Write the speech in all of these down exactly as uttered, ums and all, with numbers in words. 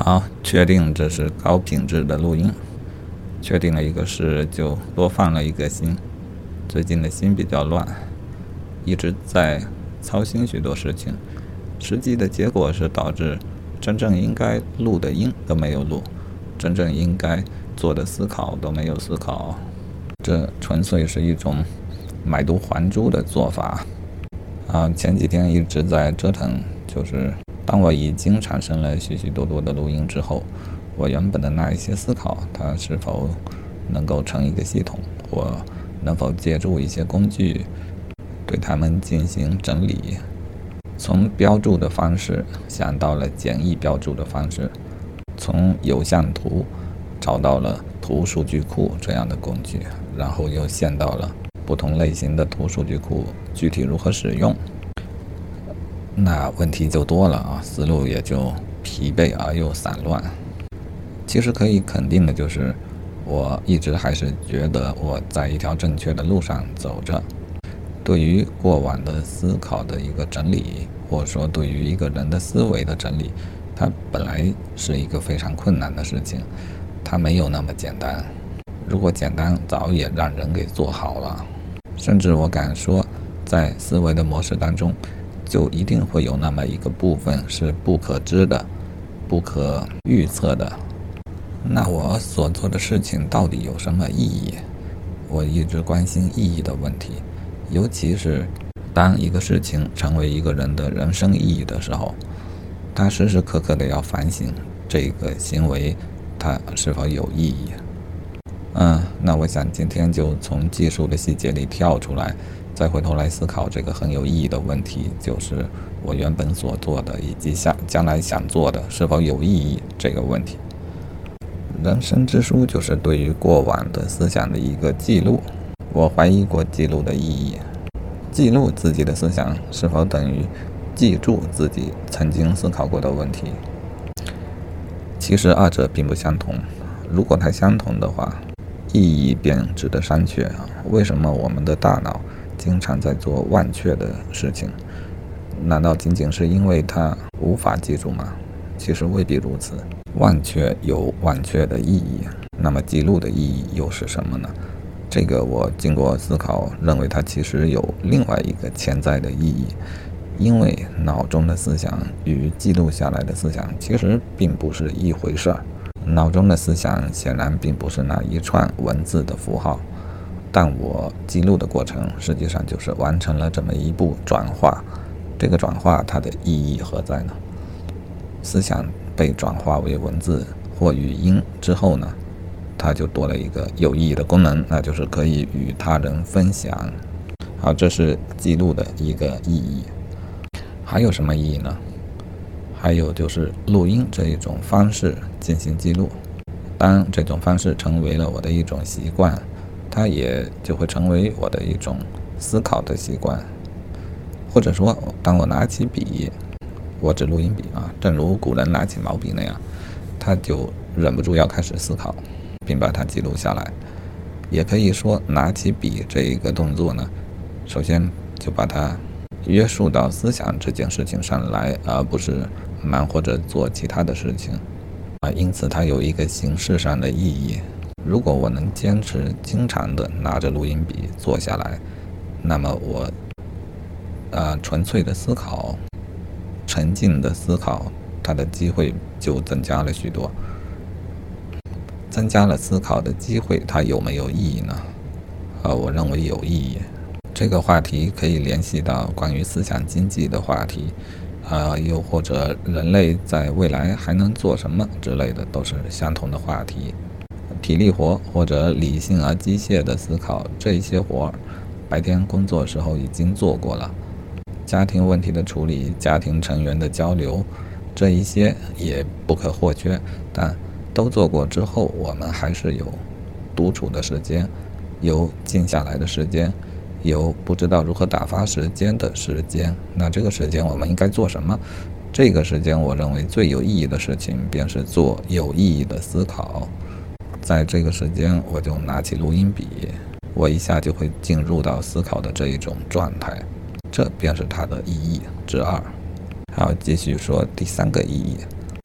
好，确定这是高品质的录音，确定了一个事，就多放了一个心。最近的心比较乱，一直在操心许多事情，实际的结果是导致真正应该录的音都没有录，真正应该做的思考都没有思考。这纯粹是一种买椟还珠的做法啊！前几天一直在折腾，就是当我已经产生了许许多多的录音之后，我原本的那一些思考，它是否能够成一个系统，或能否借助一些工具对它们进行整理。从标注的方式想到了简易标注的方式，从有像图找到了图数据库这样的工具，然后又陷到了不同类型的图数据库具体如何使用，那问题就多了啊，思路也就疲惫而又散乱。其实可以肯定的就是，我一直还是觉得我在一条正确的路上走着。对于过往的思考的一个整理，或者说对于一个人的思维的整理，它本来是一个非常困难的事情，它没有那么简单。如果简单，早也让人给做好了。甚至我敢说，在思维的模式当中，就一定会有那么一个部分是不可知的、不可预测的。那我所做的事情到底有什么意义？我一直关心意义的问题，尤其是当一个事情成为一个人的人生意义的时候，他时时刻刻的要反省这个行为它是否有意义。嗯，那我想今天就从技术的细节里跳出来，再回头来思考这个很有意义的问题，就是我原本所做的以及下将来想做的是否有意义这个问题。人生之书就是对于过往的思想的一个记录，我怀疑过记录的意义。记录自己的思想是否等于记住自己曾经思考过的问题？其实二者并不相同。如果它相同的话，意义便值得商榷啊！为什么我们的大脑经常在做忘却的事情？难道仅仅是因为它无法记住吗？其实未必如此。忘却有忘却的意义，那么记录的意义又是什么呢？这个我经过思考，认为它其实有另外一个潜在的意义。因为脑中的思想与记录下来的思想其实并不是一回事儿。脑中的思想显然并不是那一串文字的符号，但我记录的过程实际上就是完成了这么一步转化。这个转化它的意义何在呢？思想被转化为文字或语音之后呢，它就多了一个有意义的功能，那就是可以与他人分享。好，这是记录的一个意义。还有什么意义呢？还有就是录音这一种方式进行记录，当这种方式成为了我的一种习惯，它也就会成为我的一种思考的习惯。或者说，当我拿起笔，我指录音笔啊，正如古人拿起毛笔那样，他就忍不住要开始思考，并把它记录下来。也可以说，拿起笔这一个动作呢，首先就把它约束到思想这件事情上来，而不是忙活着做其他的事情啊。因此，它有一个形式上的意义。如果我能坚持经常的拿着录音笔坐下来，那么我呃纯粹的思考、沉浸的思考，它的机会就增加了许多。增加了思考的机会，它有没有意义呢？呃，我认为有意义。这个话题可以联系到关于思想经济的话题，呃，又或者人类在未来还能做什么之类的，都是相同的话题。体力活或者理性而机械的思考，这一些活白天工作时候已经做过了。家庭问题的处理，家庭成员的交流，这一些也不可或缺，但都做过之后，我们还是有独处的时间，有静下来的时间，有不知道如何打发时间的时间。那这个时间我们应该做什么？这个时间我认为最有意义的事情便是做有意义的思考。在这个时间，我就拿起录音笔，我一下就会进入到思考的这一种状态，这便是它的意义之二。好，继续说第三个意义。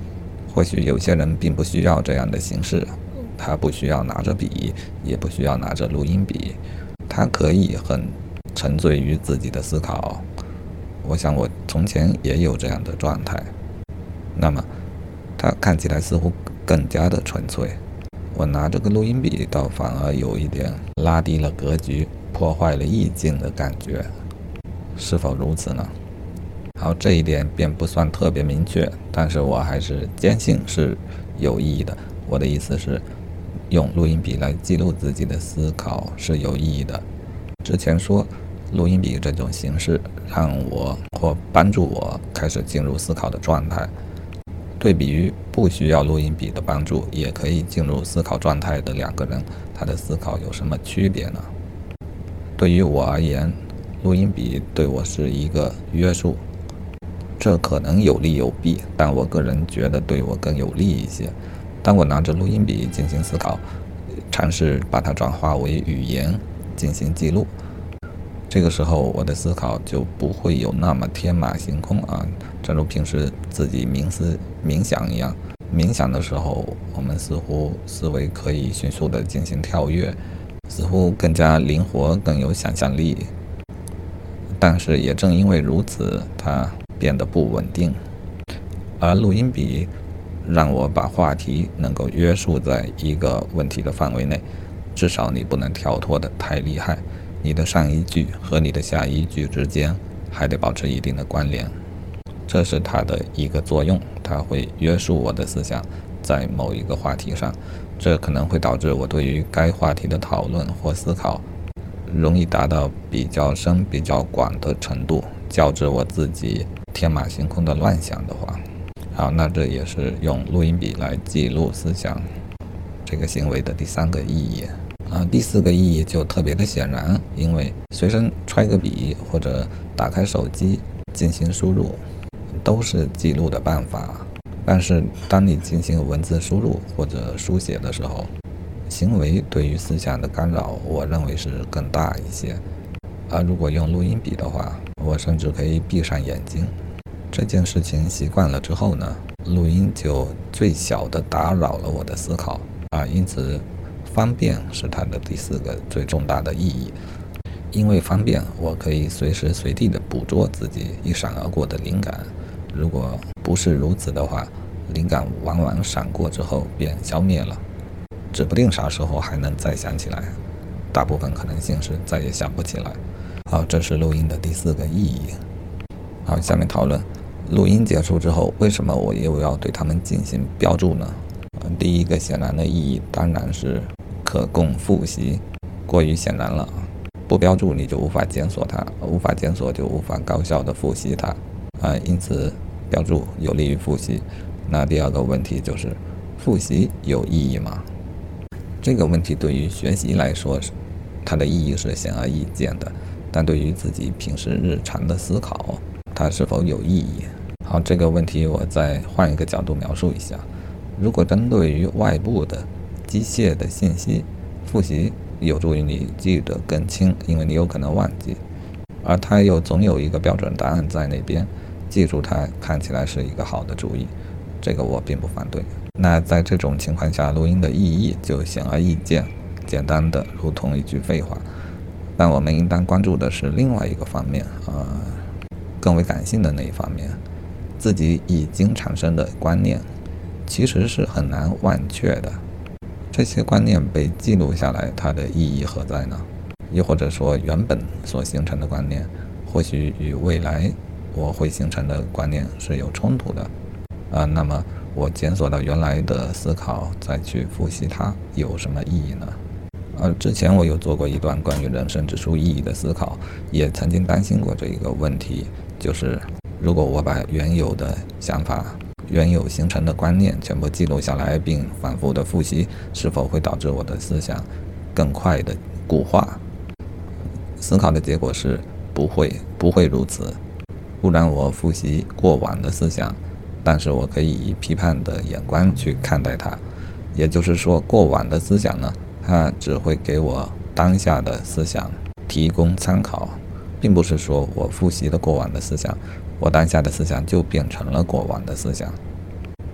或许有些人并不需要这样的形式，他不需要拿着笔，也不需要拿着录音笔，他可以很沉醉于自己的思考。我想我从前也有这样的状态，那么他看起来似乎更加的纯粹。我拿这个录音笔倒反而有一点拉低了格局，破坏了意境的感觉，是否如此呢？好，这一点便不算特别明确，但是我还是坚信是有意义的。我的意思是，用录音笔来记录自己的思考是有意义的。之前说，录音笔这种形式让我或帮助我开始进入思考的状态，对比于不需要录音笔的帮助也可以进入思考状态的两个人，他的思考有什么区别呢？对于我而言，录音笔对我是一个约束，这可能有利有弊，但我个人觉得对我更有利一些。当我拿着录音笔进行思考，尝试把它转化为语言进行记录，这个时候我的思考就不会有那么天马行空啊，正如平时自己冥思冥想一样。冥想的时候，我们似乎思维可以迅速的进行跳跃，似乎更加灵活，更有想象力。但是也正因为如此，它变得不稳定。而录音笔让我把话题能够约束在一个问题的范围内，至少你不能跳脱的太厉害，你的上一句和你的下一句之间还得保持一定的关联，这是它的一个作用，它会约束我的思想在某一个话题上，这可能会导致我对于该话题的讨论或思考容易达到比较深比较广的程度，较之我自己天马行空的乱想的话。好，那这也是用录音笔来记录思想这个行为的第三个意义啊。第四个意义就特别的显然，因为随身揣个笔或者打开手机进行输入都是记录的办法，但是当你进行文字输入或者书写的时候，行为对于思想的干扰我认为是更大一些。而如果用录音笔的话，我甚至可以闭上眼睛。这件事情习惯了之后呢，录音就最小的打扰了我的思考啊，因此方便是它的第四个最重大的意义。因为方便，我可以随时随地的捕捉自己一闪而过的灵感。如果不是如此的话，灵感往往闪过之后便消灭了，指不定啥时候还能再想起来，大部分可能性是再也想不起来。好，这是录音的第四个意义。好，下面讨论录音结束之后，为什么我又要对它们进行标注呢？呃、第一个显然的意义当然是可供复习，过于显然了。不标注你就无法检索它，无法检索就无法高效的复习它啊、呃，因此标注有利于复习。那第二个问题就是，复习有意义吗？这个问题对于学习来说，它的意义是显而易见的，但对于自己平时日常的思考，它是否有意义？好，这个问题我再换一个角度描述一下。如果针对于外部的机械的信息，复习有助于你记得更清，因为你有可能忘记，而它又总有一个标准答案在那边，记住它看起来是一个好的主意，这个我并不反对。那在这种情况下，录音的意义就显而易见，简单的如同一句废话。但我们应当关注的是另外一个方面，呃，更为感性的那一方面，自己已经产生的观念其实是很难忘却的。这些观念被记录下来，它的意义何在呢？又或者说，原本所形成的观念或许与未来我会形成的观念是有冲突的啊，那么我检索到原来的思考再去复习它有什么意义呢？呃，之前我有做过一段关于人生之初意义的思考，也曾经担心过这一个问题，就是如果我把原有的想法、原有形成的观念全部记录下来，并反复的复习，是否会导致我的思想更快的固化？思考的结果是不会，不会如此。不然我复习过往的思想，但是我可以以批判的眼光去看待它。也就是说，过往的思想呢，它只会给我当下的思想提供参考，并不是说我复习了过往的思想，我当下的思想就变成了过往的思想。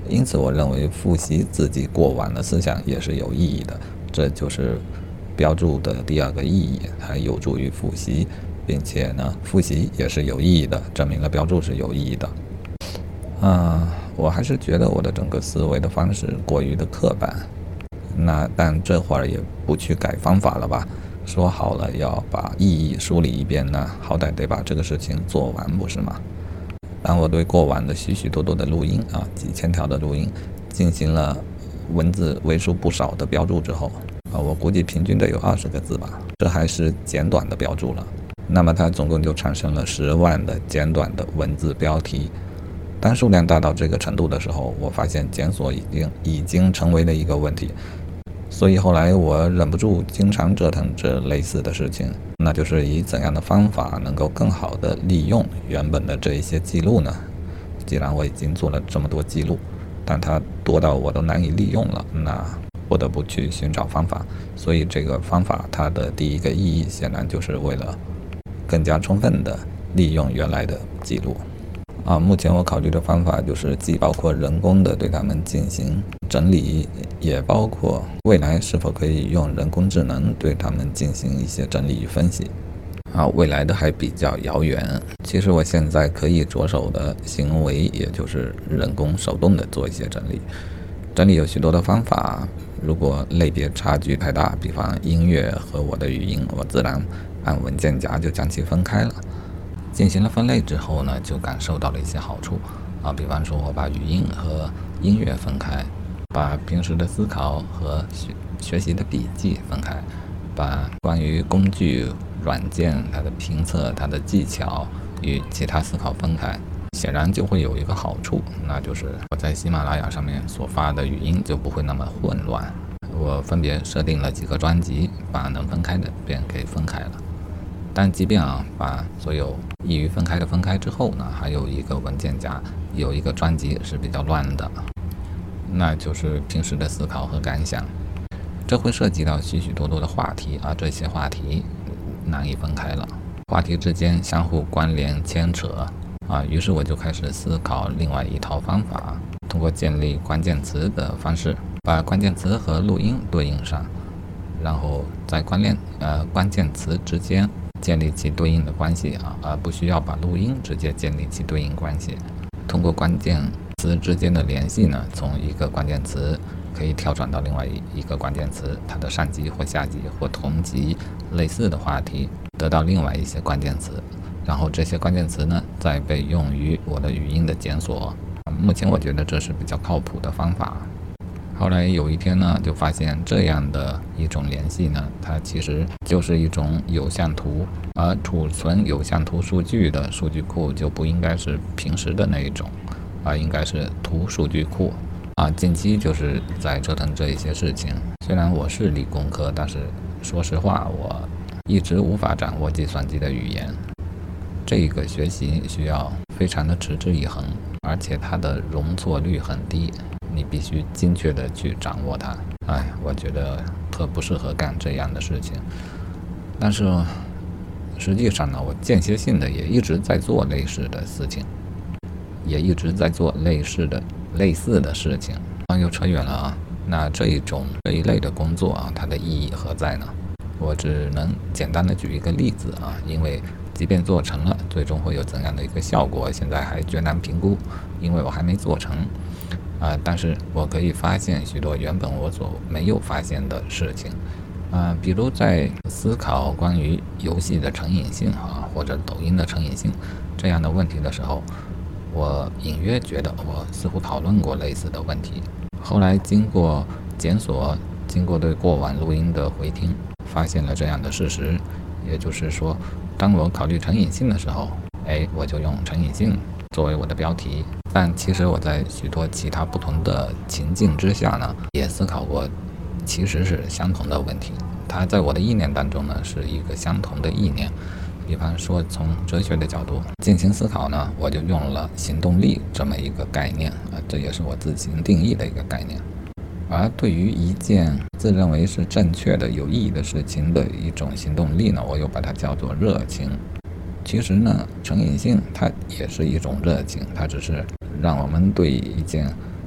因此我认为复习自己过往的思想也是有意义的，这就是标注的第二个意义，它有助于复习，并且呢复习也是有意义的，证明了标注是有意义的。嗯，我还是觉得我的整个思维的方式过于的刻板，那但这会儿也不去改方法了吧，说好了要把意义梳理一遍呢，好歹得把这个事情做完，不是吗？当我对过往的许许多多的录音啊，几千条的录音进行了文字为数不少的标注之后啊，我估计平均得有二十个字吧，这还是简短的标注了。那么它总共就产生了十万的简短的文字标题。当数量大到这个程度的时候，我发现检索已经已经成为了一个问题，所以后来我忍不住经常折腾这类似的事情，那就是以怎样的方法能够更好的利用原本的这一些记录呢？既然我已经做了这么多记录，但它多到我都难以利用了，那不得不去寻找方法。所以这个方法它的第一个意义显然就是为了更加充分的利用原来的记录。啊，目前我考虑的方法就是既包括人工的对它们进行整理，也包括未来是否可以用人工智能对它们进行一些整理与分析。啊，未来的还比较遥远。其实我现在可以着手的行为，也就是人工手动的做一些整理。整理有许多的方法，如果类别差距太大，比方音乐和我的语音，我自然按文件夹就将其分开了。进行了分类之后呢，就感受到了一些好处啊，比方说我把语音和音乐分开，把平时的思考和学学习的笔记分开，把关于工具、软件、它的评测、它的技巧与其他思考分开，显然就会有一个好处，那就是我在喜马拉雅上面所发的语音就不会那么混乱。我分别设定了几个专辑，把能分开的便给分开了。但即便啊，把所有易于分开的分开之后呢，还有一个文件夹，有一个专辑是比较乱的，那就是平时的思考和感想。这会涉及到许许多多的话题啊，这些话题难以分开了，话题之间相互关联牵扯啊，于是我就开始思考另外一套方法，通过建立关键词的方式，把关键词和录音对应上，然后在关联呃关键词之间建立起对应的关系啊，而不需要把录音直接建立起对应关系。通过关键词之间的联系呢，从一个关键词可以跳转到另外一个关键词，它的上级或下级或同级类似的话题，得到另外一些关键词，然后这些关键词呢，再被用于我的语音的检索。目前我觉得这是比较靠谱的方法。后来有一天呢，就发现这样的一种联系呢，它其实就是一种有向图，而储存有向图数据的数据库就不应该是平时的那一种，而应该是图数据库啊。近期就是在折腾这一些事情。虽然我是理工科，但是说实话，我一直无法掌握计算机的语言。这个学习需要非常的持之以恒，而且它的容错率很低。你必须精确的去掌握它。哎，我觉得特不适合干这样的事情。但是实际上呢，我间歇性的也一直在做类似的事情，也一直在做类似的类似的事情。啊，又扯远了啊。那这一种这一类的工作啊，它的意义何在呢？我只能简单的举一个例子啊，因为即便做成了，最终会有怎样的一个效果，现在还绝难评估，因为我还没做成。啊，但是我可以发现许多原本我所没有发现的事情，啊，比如在思考关于游戏的成瘾性啊，或者抖音的成瘾性这样的问题的时候，我隐约觉得我似乎讨论过类似的问题。后来经过检索，经过对过往录音的回听，发现了这样的事实，也就是说，当我考虑成瘾性的时候，哎，我就用成瘾性作为我的标题。但其实我在许多其他不同的情境之下呢，也思考过其实是相同的问题。它在我的意念当中呢，是一个相同的意念。比方说从哲学的角度进行思考呢，我就用了行动力这么一个概念啊，这也是我自行定义的一个概念。而对于一件自认为是正确的有意义的事情的一种行动力呢，我又把它叫做热情。其实呢，成瘾性它也是一种热情，它只是让我们对一件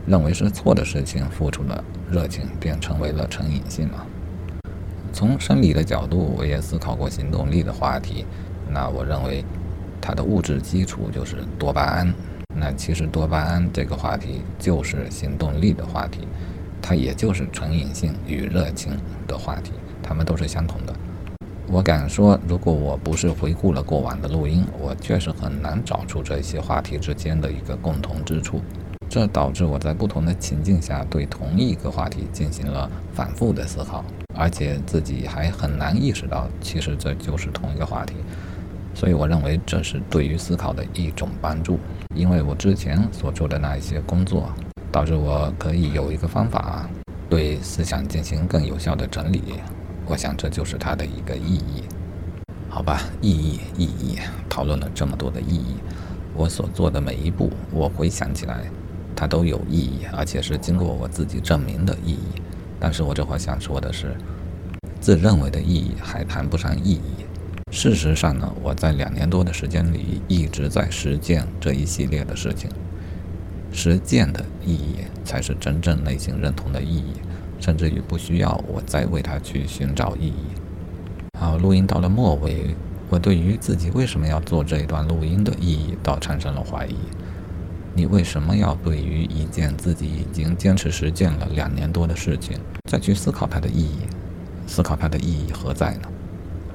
认为是错的事情付出了热情，便成为了成瘾性了。从生理的角度，我也思考过行动力的话题。那我认为它的物质基础就是多巴胺。那其实多巴胺这个话题就是行动力的话题，它也就是成瘾性与热情的话题，它们都是相同的。我敢说，如果我不是回顾了过往的录音，我确实很难找出这些话题之间的一个共同之处。这导致我在不同的情境下对同一个话题进行了反复的思考，而且自己还很难意识到其实这就是同一个话题。所以我认为这是对于思考的一种帮助，因为我之前所做的那一些工作导致我可以有一个方法对思想进行更有效的整理。我想这就是它的一个意义。好吧，意义意义讨论了这么多的意义，我所做的每一步我回想起来它都有意义，而且是经过我自己证明的意义。但是我这会想说的是，自认为的意义还谈不上意义。事实上呢，我在两年多的时间里一直在实践这一系列的事情。实践的意义才是真正内心认同的意义，甚至于不需要我再为它去寻找意义。好，录音到了末尾，我对于自己为什么要做这一段录音的意义倒产生了怀疑。你为什么要对于一件自己已经坚持实践了两年多的事情，再去思考它的意义？思考它的意义何在呢？